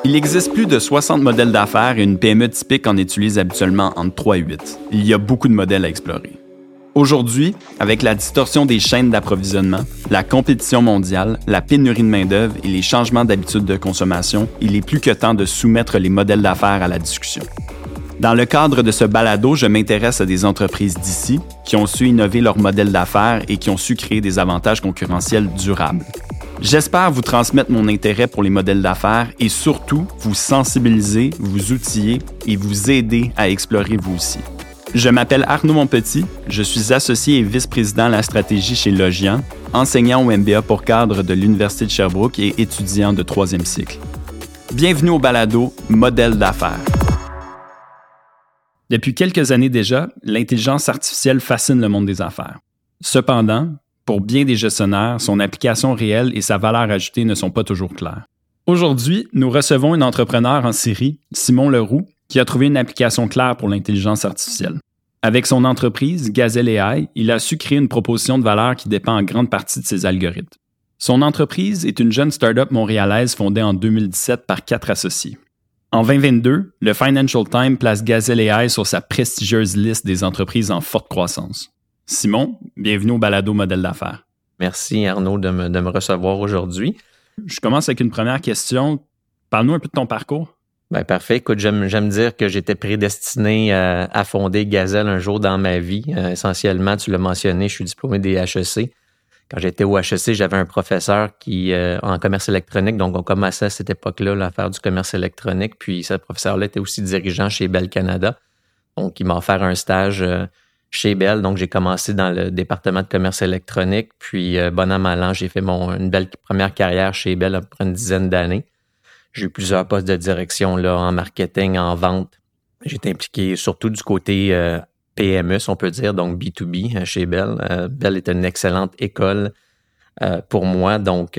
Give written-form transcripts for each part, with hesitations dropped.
Il existe plus de 60 modèles d'affaires et une PME typique en utilise habituellement entre 3 et 8. Il y a beaucoup de modèles à explorer. Aujourd'hui, avec la distorsion des chaînes d'approvisionnement, la compétition mondiale, la pénurie de main-d'œuvre et les changements d'habitudes de consommation, il est plus que temps de soumettre les modèles d'affaires à la discussion. Dans le cadre de ce balado, je m'intéresse à des entreprises d'ici qui ont su innover leur modèle d'affaires et qui ont su créer des avantages concurrentiels durables. J'espère vous transmettre mon intérêt pour les modèles d'affaires et surtout vous sensibiliser, vous outiller et vous aider à explorer vous aussi. Je m'appelle Arnaud Monpetit, je suis associé et vice-président à la stratégie chez Logian, enseignant au MBA pour cadre de l'Université de Sherbrooke et étudiant de 3e cycle. Bienvenue au balado Modèles d'affaires. Depuis quelques années déjà, l'intelligence artificielle fascine le monde des affaires. Cependant, pour bien des gestionnaires, son application réelle et sa valeur ajoutée ne sont pas toujours claires. Aujourd'hui, nous recevons un entrepreneur en série, Simon Leroux, qui a trouvé une application claire pour l'intelligence artificielle. Avec son entreprise, Gazelle AI, il a su créer une proposition de valeur qui dépend en grande partie de ses algorithmes. Son entreprise est une jeune start-up montréalaise fondée en 2017 par 4 associés. En 2022, le Financial Times place Gazelle AI sur sa prestigieuse liste des entreprises en forte croissance. Simon, bienvenue au balado Modèle d'affaires. Merci Arnaud de me recevoir aujourd'hui. Je commence avec une première question. Parle-nous un peu de ton parcours. Ben parfait. Écoute, j'aime dire que j'étais prédestiné à fonder Gazelle un jour dans ma vie. Essentiellement, tu l'as mentionné, je suis diplômé des HEC. Quand j'étais au HEC, j'avais un professeur qui en commerce électronique, donc on commençait à cette époque-là à faire du commerce électronique. Puis ce professeur-là était aussi dirigeant chez Bell Canada. Donc, il m'a offert un stage chez Bell. Donc, j'ai commencé dans le département de commerce électronique. Puis, bon an, mal an, j'ai fait une belle première carrière chez Bell après une dizaine d'années. J'ai eu plusieurs postes de direction là, en marketing, en vente. J'ai été impliqué surtout du côté PME, si on peut dire, donc B2B chez Bell. Bell est une excellente école pour moi. Donc,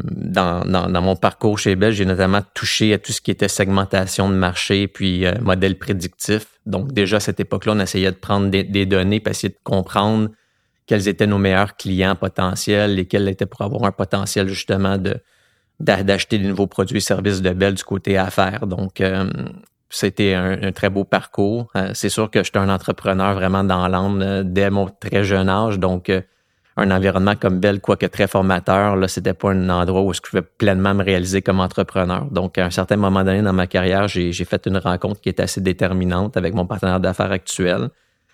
dans mon parcours chez Bell, j'ai notamment touché à tout ce qui était segmentation de marché puis modèle prédictif. Donc, déjà à cette époque-là, on essayait de prendre des données puis essayer de comprendre quels étaient nos meilleurs clients potentiels, lesquels étaient pour avoir un potentiel justement d'acheter des nouveaux produits et services de Bell du côté affaires. Donc, c'était un très beau parcours. C'est sûr que j'étais un entrepreneur vraiment dans l'âme dès mon très jeune âge. Donc, un environnement comme Bell, quoique très formateur, là, c'était pas un endroit où je pouvais pleinement me réaliser comme entrepreneur. Donc, à un certain moment donné dans ma carrière, j'ai fait une rencontre qui était assez déterminante avec mon partenaire d'affaires actuel.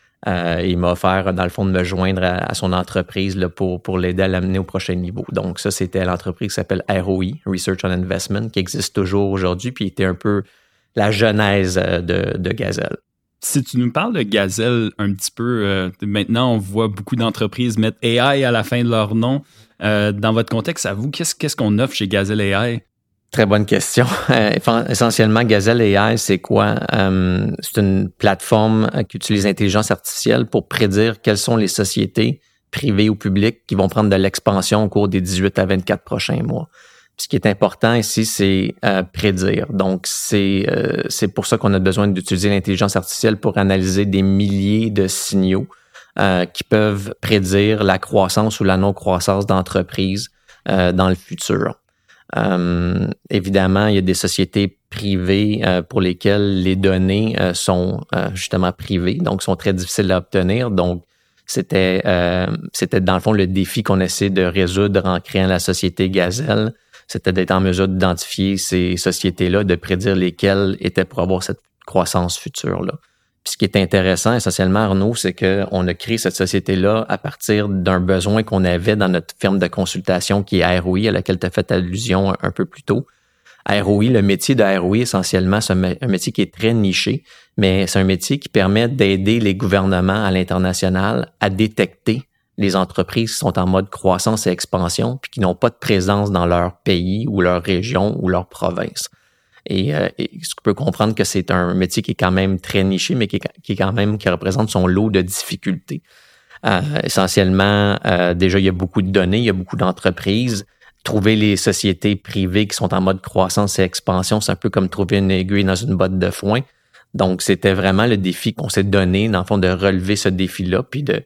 Il m'a offert, dans le fond, de me joindre à son entreprise là, pour l'aider à l'amener au prochain niveau. Donc, ça, c'était l'entreprise qui s'appelle ROI, Research on Investment, qui existe toujours aujourd'hui, puis était un peu la genèse de Gazelle. Si tu nous parles de Gazelle un petit peu, maintenant, on voit beaucoup d'entreprises mettre AI à la fin de leur nom. Dans votre contexte, à vous, qu'est-ce qu'on offre chez Gazelle AI? Très bonne question. Essentiellement, Gazelle AI, c'est quoi? C'est une plateforme qui utilise l'intelligence artificielle pour prédire quelles sont les sociétés privées ou publiques qui vont prendre de l'expansion au cours des 18 à 24 prochains mois. Puis ce qui est important ici, c'est prédire. Donc, c'est pour ça qu'on a besoin d'utiliser l'intelligence artificielle pour analyser des milliers de signaux qui peuvent prédire la croissance ou la non-croissance d'entreprises dans le futur. Évidemment, il y a des sociétés privées pour lesquelles les données sont justement privées, donc sont très difficiles à obtenir. Donc, c'était dans le fond le défi qu'on essaie de résoudre en créant la société Gazelle. C'était d'être en mesure d'identifier ces sociétés-là, de prédire lesquelles étaient pour avoir cette croissance future-là. Puis ce qui est intéressant, essentiellement, Arnaud, c'est qu'on a créé cette société-là à partir d'un besoin qu'on avait dans notre firme de consultation qui est ROI, à laquelle tu as fait allusion un peu plus tôt. ROI, le métier de ROI, essentiellement, c'est un métier qui est très niché, mais c'est un métier qui permet d'aider les gouvernements à l'international à détecter les entreprises qui sont en mode croissance et expansion puis qui n'ont pas de présence dans leur pays ou leur région ou leur province. Et ce qu'on peut comprendre que c'est un métier qui est quand même très niché, mais qui représente son lot de difficultés. Essentiellement, déjà, il y a beaucoup de données, il y a beaucoup d'entreprises. Trouver les sociétés privées qui sont en mode croissance et expansion, c'est un peu comme trouver une aiguille dans une botte de foin. Donc, c'était vraiment le défi qu'on s'est donné, dans le fond, de relever ce défi-là, puis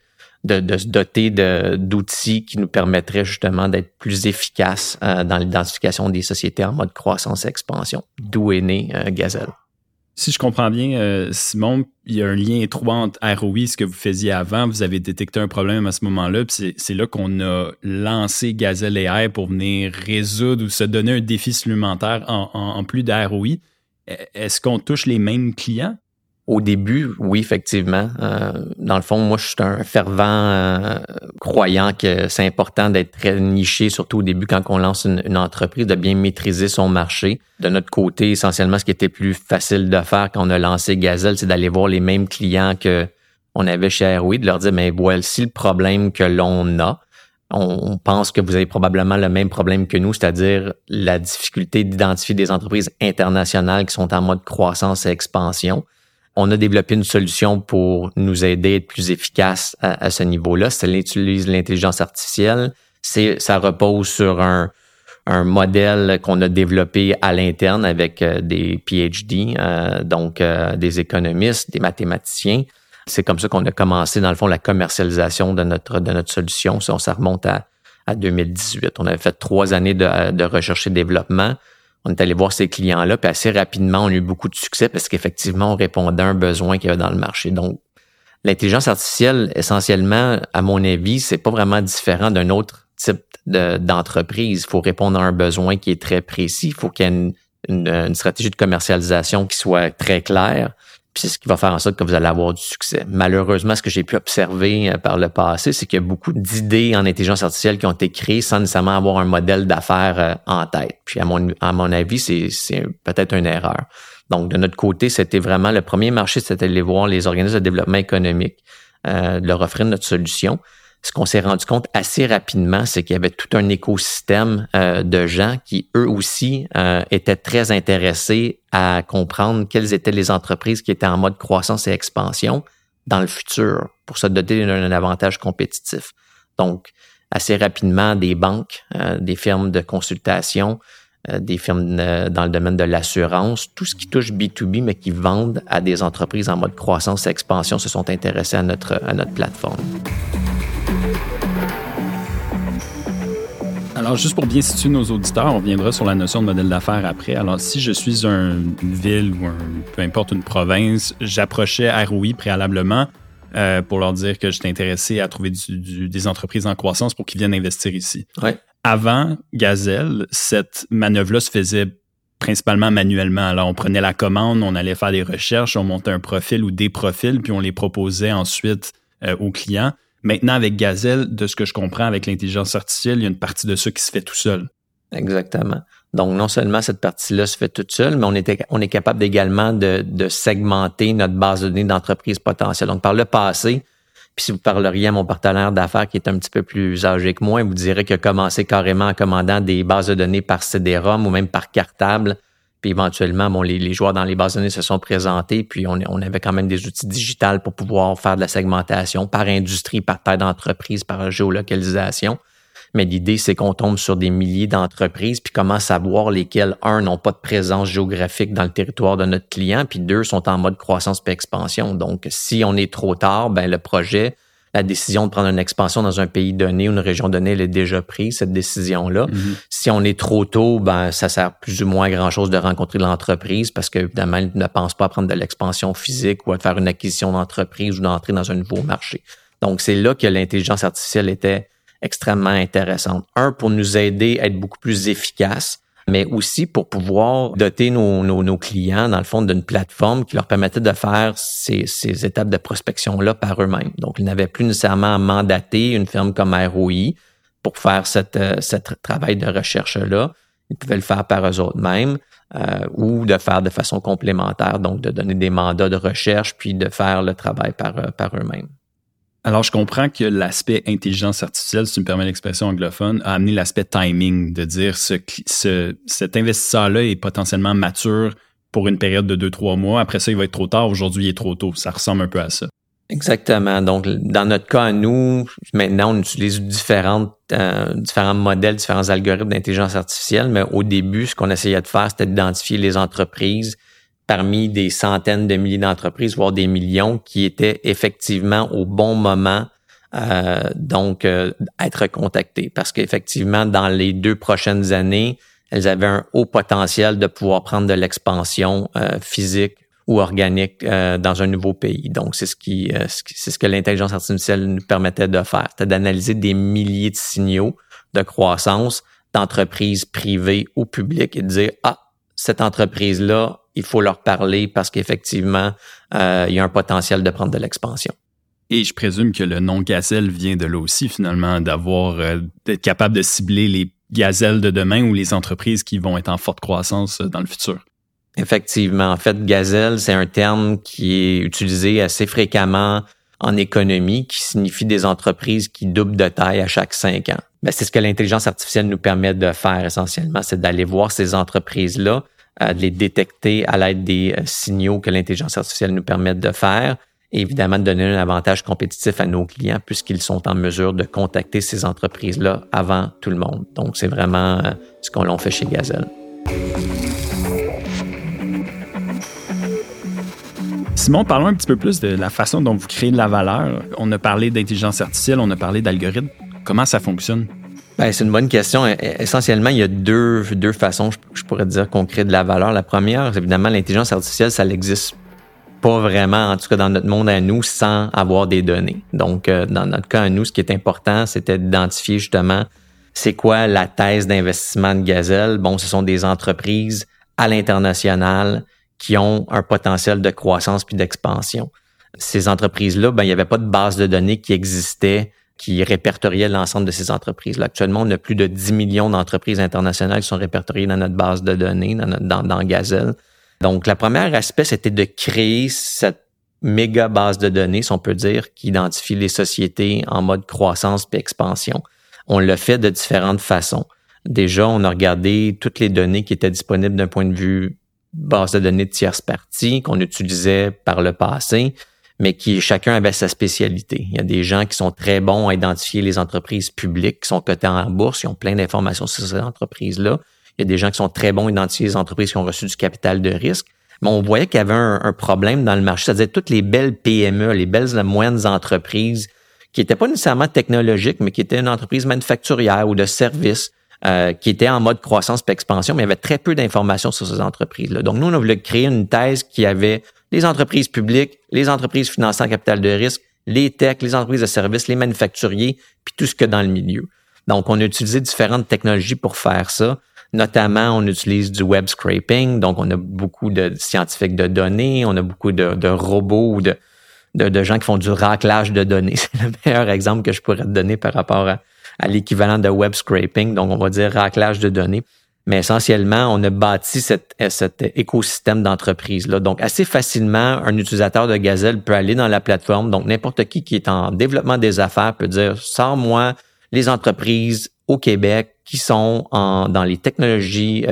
de se doter d'outils qui nous permettraient justement d'être plus efficaces dans l'identification des sociétés en mode croissance et expansion. D'où est né Gazelle. Si je comprends bien, Simon, il y a un lien étroit entre ROI, ce que vous faisiez avant. Vous avez détecté un problème à ce moment-là, puis c'est là qu'on a lancé Gazelle AI pour venir résoudre ou se donner un défi supplémentaire en plus de ROI. Est-ce qu'on touche les mêmes clients? Au début, oui, effectivement. Dans le fond, moi, je suis un fervent croyant que c'est important d'être très niché, surtout au début quand on lance une entreprise, de bien maîtriser son marché. De notre côté, essentiellement, ce qui était plus facile de faire quand on a lancé Gazelle, c'est d'aller voir les mêmes clients qu'on avait chez ROI, de leur dire, mais voici le problème que l'on a. On pense que vous avez probablement le même problème que nous, c'est-à-dire la difficulté d'identifier des entreprises internationales qui sont en mode croissance et expansion. On a développé une solution pour nous aider à être plus efficaces à ce niveau-là. Ça utilise l'intelligence artificielle. Ça repose sur un modèle qu'on a développé à l'interne avec des PhD, donc des économistes, des mathématiciens. C'est comme ça qu'on a commencé, dans le fond, la commercialisation de notre solution. Ça remonte à 2018. On avait fait 3 années de recherche et développement. On est allé voir ces clients-là, puis assez rapidement, on a eu beaucoup de succès parce qu'effectivement, on répondait à un besoin qu'il y avait dans le marché. Donc, l'intelligence artificielle, essentiellement, à mon avis, c'est pas vraiment différent d'un autre type d'entreprise. Il faut répondre à un besoin qui est très précis. Il faut qu'il y ait une stratégie de commercialisation qui soit très claire. Puis c'est ce qui va faire en sorte que vous allez avoir du succès. Malheureusement, ce que j'ai pu observer par le passé, c'est qu'il y a beaucoup d'idées en intelligence artificielle qui ont été créées sans nécessairement avoir un modèle d'affaires en tête. Puis à mon avis, c'est peut-être une erreur. Donc, de notre côté, c'était vraiment le premier marché, c'était d'aller voir les organismes de développement économique, de leur offrir notre solution. Ce qu'on s'est rendu compte assez rapidement, c'est qu'il y avait tout un écosystème de gens qui, eux aussi, étaient très intéressés à comprendre quelles étaient les entreprises qui étaient en mode croissance et expansion dans le futur pour se doter d'un avantage compétitif. Donc, assez rapidement, des banques, des firmes de consultation, des firmes dans le domaine de l'assurance, tout ce qui touche B2B, mais qui vendent à des entreprises en mode croissance et expansion se sont intéressés à notre plateforme. Alors, juste pour bien situer nos auditeurs, on reviendra sur la notion de modèle d'affaires après. Alors, si je suis une ville ou peu importe une province, j'approchais ROI préalablement pour leur dire que j'étais intéressé à trouver des entreprises en croissance pour qu'ils viennent investir ici. Ouais. Avant Gazelle, cette manœuvre-là se faisait principalement manuellement. Alors, on prenait la commande, on allait faire des recherches, on montait un profil ou des profils, puis on les proposait ensuite aux clients. Maintenant, avec Gazelle, de ce que je comprends avec l'intelligence artificielle, il y a une partie de ça qui se fait tout seul. Exactement. Donc, non seulement cette partie-là se fait toute seule, mais on est capable également de segmenter notre base de données d'entreprises potentielles. Donc, par le passé, puis si vous parleriez à mon partenaire d'affaires qui est un petit peu plus âgé que moi, il vous dirait qu'il a commencé carrément en commandant des bases de données par CD-ROM ou même par cartable. Puis éventuellement, les joueurs dans les bases de données se sont présentés, puis on avait quand même des outils digitaux pour pouvoir faire de la segmentation par industrie, par taille d'entreprise, par géolocalisation. Mais l'idée, c'est qu'on tombe sur des milliers d'entreprises, puis comment savoir lesquelles, n'ont pas de présence géographique dans le territoire de notre client, puis 2, sont en mode croissance et expansion. Donc, si on est trop tard, le projet, la décision de prendre une expansion dans un pays donné ou une région donnée, elle est déjà prise, cette décision-là. Mm-hmm. Si on est trop tôt, ça sert plus ou moins à grand-chose de rencontrer l'entreprise parce qu'évidemment, elle ne pense pas à prendre de l'expansion physique ou à faire une acquisition d'entreprise ou d'entrer dans un nouveau marché. Donc, c'est là que l'intelligence artificielle était extrêmement intéressante. Pour nous aider à être beaucoup plus efficaces, mais aussi pour pouvoir doter nos clients, dans le fond, d'une plateforme qui leur permettait de faire ces étapes de prospection-là par eux-mêmes. Donc, ils n'avaient plus nécessairement à mandater une firme comme ROI pour faire ce travail de recherche-là. Ils pouvaient le faire par eux-mêmes ou de faire de façon complémentaire, donc de donner des mandats de recherche puis de faire le travail par eux-mêmes. Alors, je comprends que l'aspect intelligence artificielle, si tu me permets l'expression anglophone, a amené l'aspect timing, de dire cet investisseur-là est potentiellement mature pour une période de 2-3 mois. Après ça, il va être trop tard. Aujourd'hui, il est trop tôt. Ça ressemble un peu à ça. Exactement. Donc, dans notre cas, à nous, maintenant, on utilise différents modèles, différents algorithmes d'intelligence artificielle, mais au début, ce qu'on essayait de faire, c'était d'identifier les entreprises parmi des centaines de milliers d'entreprises, voire des millions, qui étaient effectivement au bon moment donc être contactées. Parce qu'effectivement, dans les 2 prochaines années, elles avaient un haut potentiel de pouvoir prendre de l'expansion physique ou organique dans un nouveau pays. Donc, c'est ce que l'intelligence artificielle nous permettait de faire. C'était d'analyser des milliers de signaux de croissance d'entreprises privées ou publiques et de dire, cette entreprise-là, il faut leur parler parce qu'effectivement, il y a un potentiel de prendre de l'expansion. Et je présume que le nom gazelle vient de là aussi, finalement, d'être capable de cibler les gazelles de demain ou les entreprises qui vont être en forte croissance dans le futur. Effectivement. En fait, gazelle, c'est un terme qui est utilisé assez fréquemment en économie, qui signifie des entreprises qui doublent de taille à chaque 5 ans. C'est ce que l'intelligence artificielle nous permet de faire essentiellement, c'est d'aller voir ces entreprises-là, de les détecter à l'aide des signaux que l'intelligence artificielle nous permet de faire et évidemment de donner un avantage compétitif à nos clients puisqu'ils sont en mesure de contacter ces entreprises-là avant tout le monde. Donc, c'est vraiment ce qu'on fait chez Gazelle. Simon, parlons un petit peu plus de la façon dont vous créez de la valeur. On a parlé d'intelligence artificielle, on a parlé d'algorithmes. Comment ça fonctionne? C'est une bonne question. Essentiellement, il y a deux façons, je pourrais dire, qu'on crée de la valeur. La première, évidemment, l'intelligence artificielle, ça n'existe pas vraiment, en tout cas dans notre monde à nous, sans avoir des données. Donc, dans notre cas à nous, ce qui est important, c'était d'identifier justement c'est quoi la thèse d'investissement de Gazelle. Ce sont des entreprises à l'international qui ont un potentiel de croissance puis d'expansion. Ces entreprises-là, il n'y avait pas de base de données qui existait, qui répertoriait l'ensemble de ces entreprises-là. Actuellement, on a plus de 10 millions d'entreprises internationales qui sont répertoriées dans notre base de données, dans Gazelle. Donc, le premier aspect, c'était de créer cette méga base de données, si on peut dire, qui identifie les sociétés en mode croissance puis expansion. On l'a fait de différentes façons. Déjà, on a regardé toutes les données qui étaient disponibles d'un point de vue base de données de tierces parties qu'on utilisait par le passé, mais qui chacun avait sa spécialité. Il y a des gens qui sont très bons à identifier les entreprises publiques qui sont cotées en bourse, ils ont plein d'informations sur ces entreprises-là. Il y a des gens qui sont très bons à identifier les entreprises qui ont reçu du capital de risque. Mais on voyait qu'il y avait un problème dans le marché, c'est-à-dire toutes les belles PME, les belles moyennes entreprises qui n'étaient pas nécessairement technologiques, mais qui étaient une entreprise manufacturière ou de services, qui étaient en mode croissance et expansion, mais il y avait très peu d'informations sur ces entreprises-là. Donc, nous, on a voulu créer une thèse qui avait les entreprises publiques, les entreprises financées en capital de risque, les techs, les entreprises de services, les manufacturiers, puis tout ce que dans le milieu. Donc, on a utilisé différentes technologies pour faire ça. Notamment, on utilise du web scraping. Donc, on a beaucoup de scientifiques de données, on a beaucoup de robots ou de gens qui font du raclage de données. C'est le meilleur exemple que je pourrais te donner par rapport à l'équivalent de web scraping. Donc, on va dire raclage de données. Mais essentiellement, on a bâti cet écosystème d'entreprise-là. Donc, assez facilement, un utilisateur de Gazelle peut aller dans la plateforme. Donc, n'importe qui est en développement des affaires peut dire, sors-moi les entreprises au Québec qui sont dans les technologies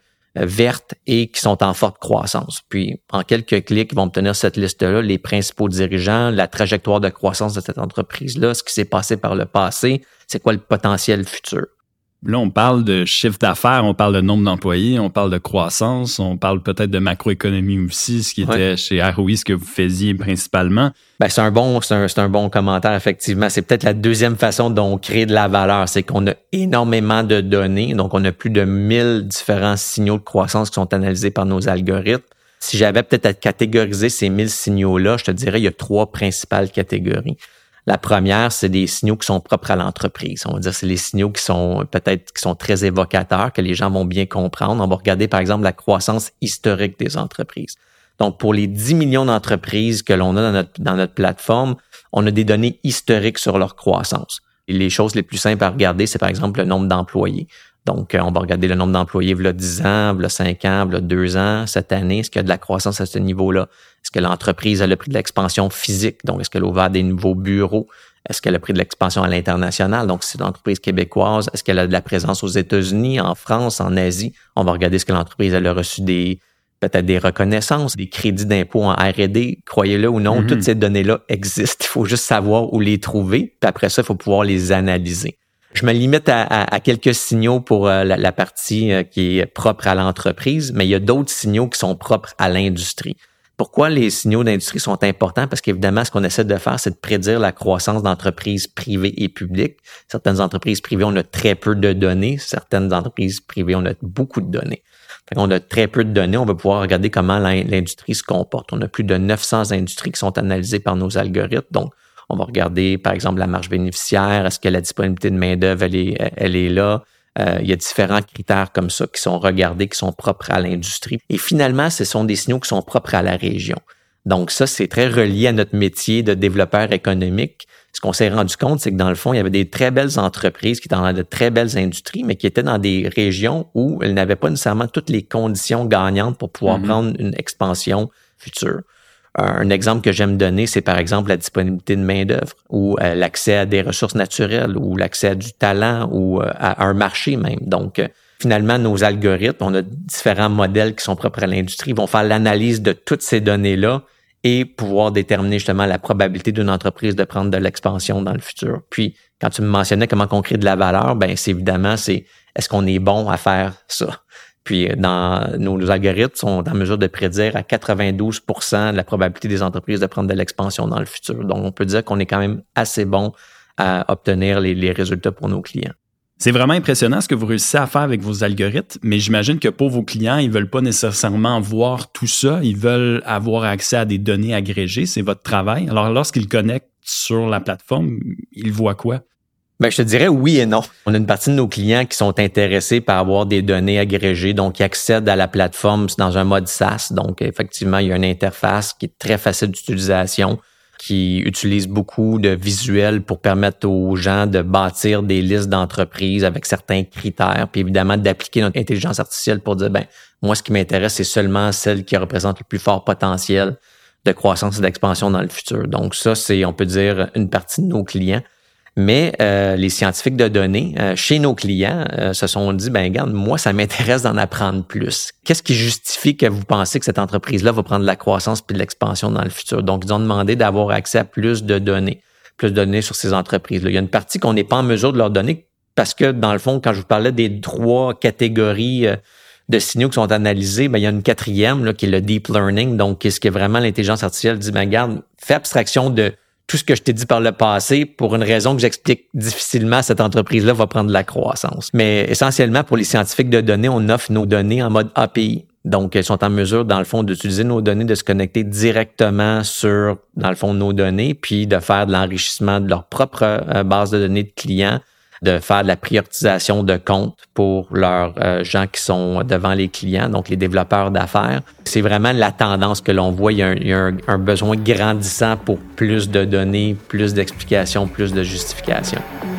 vertes et qui sont en forte croissance. Puis, en quelques clics, ils vont obtenir cette liste-là, les principaux dirigeants, la trajectoire de croissance de cette entreprise-là, ce qui s'est passé par le passé, c'est quoi le potentiel futur. Là, on parle de chiffre d'affaires, on parle de nombre d'employés, on parle de croissance, on parle peut-être de macroéconomie aussi, ce qui était chez ROI, ce que vous faisiez principalement. C'est un bon commentaire, effectivement. C'est peut-être la deuxième façon dont on crée de la valeur, c'est qu'on a énormément de données, donc on a plus de 1000 différents signaux de croissance qui sont analysés par nos algorithmes. Si j'avais peut-être à catégoriser ces 1000 signaux-là, je te dirais il y a 3 principales catégories. La première, c'est des signaux qui sont propres à l'entreprise. On va dire c'est les signaux qui sont très évocateurs, que les gens vont bien comprendre. On va regarder, par exemple, la croissance historique des entreprises. Donc, pour les 10 millions d'entreprises que l'on a dans notre plateforme, on a des données historiques sur leur croissance. Et les choses les plus simples à regarder, c'est par exemple le nombre d'employés. Donc, on va regarder le nombre d'employés v'là 10 ans, v'là 5 ans, v'là 2 ans, cette année. Est-ce qu'il y a de la croissance à ce niveau-là? Est-ce que l'entreprise a pris de l'expansion physique? Donc, est-ce qu'elle a ouvert des nouveaux bureaux? Est-ce qu'elle a pris de l'expansion à l'international? Donc, si c'est une entreprise québécoise, est-ce qu'elle a de la présence aux États-Unis, en France, en Asie? On va regarder ce que l'entreprise elle a reçu peut-être des reconnaissances, des crédits d'impôt en R&D. Croyez-le ou non, toutes ces données-là existent. Il faut juste savoir où les trouver. Puis après ça, il faut pouvoir les analyser. Je me limite à quelques signaux pour la partie qui est propre à l'entreprise, mais il y a d'autres signaux qui sont propres à l'industrie. Pourquoi les signaux d'industrie sont importants? Parce qu'évidemment, ce qu'on essaie de faire, c'est de prédire la croissance d'entreprises privées et publiques. Certaines entreprises privées, on a très peu de données. Certaines entreprises privées, on a beaucoup de données. On a très peu de données. On va pouvoir regarder comment l'industrie se comporte. On a plus de 900 industries qui sont analysées par nos algorithmes. Donc, on va regarder, par exemple, la marge bénéficiaire. Est-ce que la disponibilité de main-d'œuvre, elle est là? Il y a différents critères comme ça qui sont regardés, qui sont propres à l'industrie. Et finalement, ce sont des signaux qui sont propres à la région. Donc ça, c'est très relié à notre métier de développeur économique. Ce qu'on s'est rendu compte, c'est que dans le fond, il y avait des très belles entreprises qui étaient dans de très belles industries, mais qui étaient dans des régions où elles n'avaient pas nécessairement toutes les conditions gagnantes pour pouvoir prendre une expansion future. Un exemple que j'aime donner, c'est par exemple la disponibilité de main-d'œuvre ou l'accès à des ressources naturelles ou l'accès à du talent ou à un marché même. Donc, finalement, nos algorithmes, on a différents modèles qui sont propres à l'industrie, vont faire l'analyse de toutes ces données-là et pouvoir déterminer justement la probabilité d'une entreprise de prendre de l'expansion dans le futur. Puis, quand tu me mentionnais comment on crée de la valeur, ben c'est évidemment, est-ce qu'on est bon à faire ça? Puis, nos algorithmes sont en mesure de prédire à 92% la probabilité des entreprises de prendre de l'expansion dans le futur. Donc, on peut dire qu'on est quand même assez bon à obtenir les résultats pour nos clients. C'est vraiment impressionnant ce que vous réussissez à faire avec vos algorithmes, mais j'imagine que pour vos clients, ils ne veulent pas nécessairement voir tout ça. Ils veulent avoir accès à des données agrégées. C'est votre travail. Alors, lorsqu'ils connectent sur la plateforme, ils voient quoi? Ben, je te dirais oui et non. On a une partie de nos clients qui sont intéressés par avoir des données agrégées, donc qui accèdent à la plateforme dans un mode SaaS. Donc, effectivement, il y a une interface qui est très facile d'utilisation, qui utilise beaucoup de visuels pour permettre aux gens de bâtir des listes d'entreprises avec certains critères, puis évidemment d'appliquer notre intelligence artificielle pour dire, ben moi, ce qui m'intéresse, c'est seulement celle qui représente le plus fort potentiel de croissance et d'expansion dans le futur. Donc ça, c'est, on peut dire, une partie de nos clients. Mais les scientifiques de données, chez nos clients, se sont dit, ben regarde, moi, ça m'intéresse d'en apprendre plus. Qu'est-ce qui justifie que vous pensez que cette entreprise-là va prendre de la croissance puis de l'expansion dans le futur? Donc, ils ont demandé d'avoir accès à plus de données sur ces entreprises-là. Il y a une partie qu'on n'est pas en mesure de leur donner parce que, dans le fond, quand je vous parlais des 3 catégories de signaux qui sont analysés, ben il y a une 4e là, qui est le deep learning. Donc, ce que vraiment l'intelligence artificielle dit, ben regarde, fais abstraction de tout ce que je t'ai dit par le passé pour une raison que j'explique difficilement, cette entreprise-là va prendre de la croissance. Mais essentiellement, pour les scientifiques de données, on offre nos données en mode API. Donc, ils sont en mesure, dans le fond, d'utiliser nos données, de se connecter directement sur, dans le fond, nos données, puis de faire de l'enrichissement de leur propre base de données de clients, de faire de la priorisation de comptes pour leurs gens qui sont devant les clients, donc les développeurs d'affaires. C'est vraiment la tendance que l'on voit. Il y a un besoin grandissant pour plus de données, plus d'explications, plus de justifications.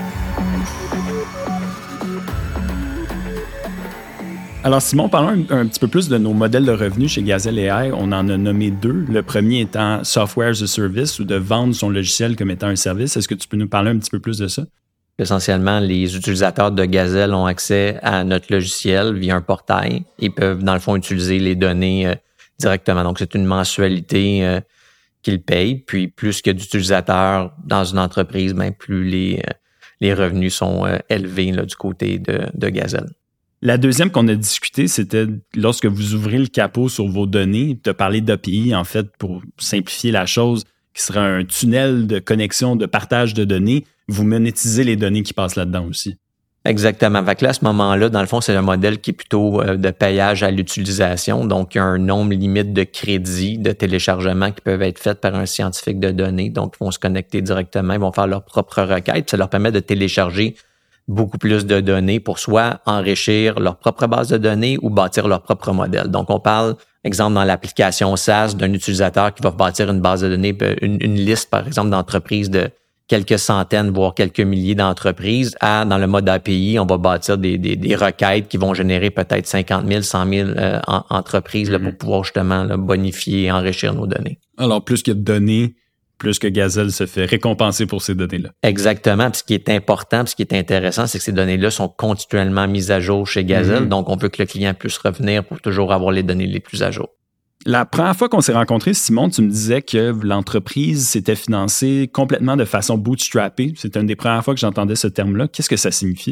Alors Simon, parlons un petit peu plus de nos modèles de revenus chez Gazelle AI. On en a nommé 2. Le premier étant Software as a Service ou de vendre son logiciel comme étant un service. Est-ce que tu peux nous parler un petit peu plus de ça? Essentiellement, les utilisateurs de Gazelle ont accès à notre logiciel via un portail. Ils peuvent, dans le fond, utiliser les données directement. Donc, c'est une mensualité qu'ils payent. Puis, plus que d'utilisateurs dans une entreprise, ben, plus les revenus sont élevés là, du côté de Gazelle. La deuxième qu'on a discuté, c'était lorsque vous ouvrez le capot sur vos données, tu as parlé d'API, en fait, pour simplifier la chose, qui serait un tunnel de connexion, de partage de données. Vous monétisez les données qui passent là-dedans aussi. Exactement. Fait que là, à ce moment-là, dans le fond, c'est un modèle qui est plutôt de payage à l'utilisation. Donc, il y a un nombre limite de crédits, de téléchargements qui peuvent être faits par un scientifique de données. Donc, ils vont se connecter directement, ils vont faire leur propre requête. Ça leur permet de télécharger beaucoup plus de données pour soit enrichir leur propre base de données ou bâtir leur propre modèle. Donc, on parle, exemple, dans l'application SaaS, d'un utilisateur qui va bâtir une base de données, une liste, par exemple, d'entreprises de quelques centaines, voire quelques milliers d'entreprises. Dans le mode API, on va bâtir des requêtes qui vont générer peut-être 50 000, 100 000 entreprises là, pour pouvoir justement là, bonifier et enrichir nos données. Alors, plus qu'il y a de données, plus que Gazelle se fait récompenser pour ces données-là. Exactement. Puis ce qui est important, puis ce qui est intéressant, c'est que ces données-là sont continuellement mises à jour chez Gazelle. Donc, on veut que le client puisse revenir pour toujours avoir les données les plus à jour. La première fois qu'on s'est rencontrés, Simon, tu me disais que l'entreprise s'était financée complètement de façon bootstrappée. C'est une des premières fois que j'entendais ce terme-là. Qu'est-ce que ça signifie?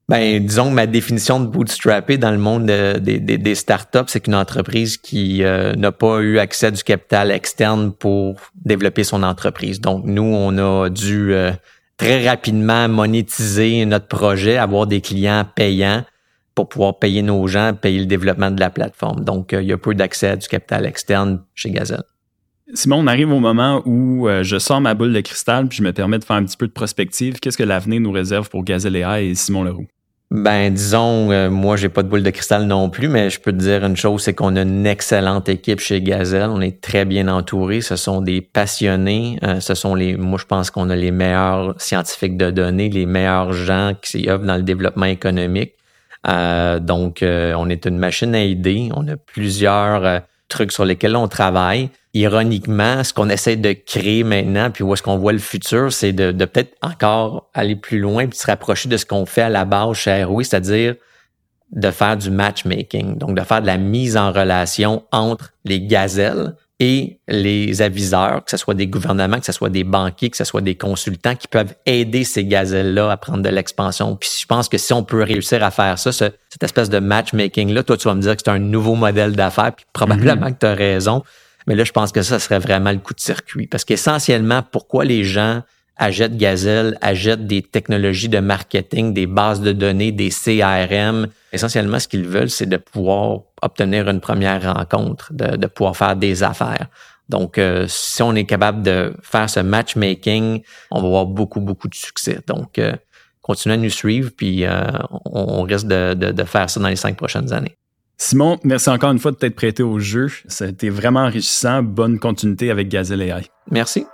Disons que ma définition de bootstrapper dans le monde des startups, c'est qu'une entreprise qui n'a pas eu accès à du capital externe pour développer son entreprise. Donc, nous, on a dû très rapidement monétiser notre projet, avoir des clients payants pour pouvoir payer nos gens, payer le développement de la plateforme. Donc, il y a peu d'accès à du capital externe chez Gazelle. Simon, on arrive au moment où je sors ma boule de cristal puis je me permets de faire un petit peu de prospective. Qu'est-ce que l'avenir nous réserve pour Gazelle AI et Simon Leroux? Disons, moi, j'ai pas de boule de cristal non plus, mais je peux te dire une chose, c'est qu'on a une excellente équipe chez Gazelle. On est très bien entouré. Ce sont des passionnés. Moi, je pense qu'on a les meilleurs scientifiques de données, les meilleurs gens qui s'y œuvrent dans le développement économique. Donc, on est une machine à idées. On a plusieurs trucs sur lesquels on travaille. Ironiquement, ce qu'on essaie de créer maintenant, puis où est-ce qu'on voit le futur, c'est de peut-être encore aller plus loin puis se rapprocher de ce qu'on fait à la base chez Airway, c'est-à-dire de faire du matchmaking, donc de faire de la mise en relation entre les gazelles et les aviseurs, que ce soit des gouvernements, que ce soit des banquiers, que ce soit des consultants qui peuvent aider ces gazelles-là à prendre de l'expansion. Puis je pense que si on peut réussir à faire ça, cette espèce de matchmaking-là, toi, tu vas me dire que c'est un nouveau modèle d'affaires, puis probablement que tu as raison. Mais là, je pense que ça serait vraiment le coup de circuit. Parce qu'essentiellement, pourquoi les gens achètent Gazelle, achètent des technologies de marketing, des bases de données, des CRM, essentiellement, ce qu'ils veulent, c'est de pouvoir obtenir une première rencontre, de pouvoir faire des affaires. Donc, si on est capable de faire ce matchmaking, on va avoir beaucoup, beaucoup de succès. Donc, continuez à nous suivre, puis on risque de faire ça dans les 5 prochaines années. Simon, merci encore une fois de t'être prêté au jeu. Ça a été vraiment enrichissant. Bonne continuité avec Gazelle AI. Merci.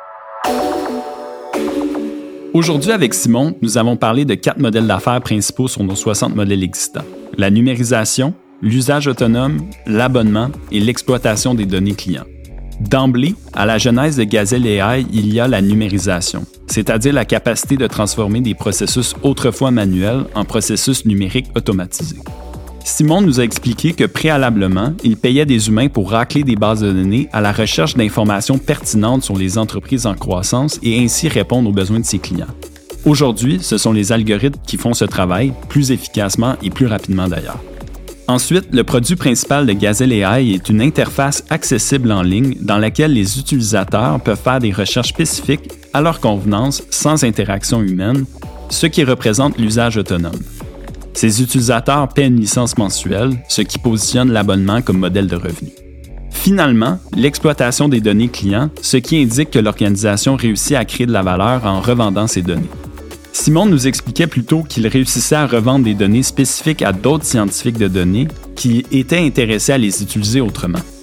Aujourd'hui, avec Simon, nous avons parlé de 4 modèles d'affaires principaux sur nos 60 modèles existants. La numérisation, l'usage autonome, l'abonnement et l'exploitation des données clients. D'emblée, à la genèse de Gazelle AI, il y a la numérisation, c'est-à-dire la capacité de transformer des processus autrefois manuels en processus numériques automatisés. Simon nous a expliqué que préalablement, il payait des humains pour racler des bases de données à la recherche d'informations pertinentes sur les entreprises en croissance et ainsi répondre aux besoins de ses clients. Aujourd'hui, ce sont les algorithmes qui font ce travail plus efficacement et plus rapidement d'ailleurs. Ensuite, le produit principal de Gazelle AI est une interface accessible en ligne dans laquelle les utilisateurs peuvent faire des recherches spécifiques à leur convenance sans interaction humaine, ce qui représente l'usage autonome. Ces utilisateurs paient une licence mensuelle, ce qui positionne l'abonnement comme modèle de revenu. Finalement, l'exploitation des données clients, ce qui indique que l'organisation réussit à créer de la valeur en revendant ces données. Simon nous expliquait plutôt qu'il réussissait à revendre des données spécifiques à d'autres scientifiques de données qui étaient intéressés à les utiliser autrement.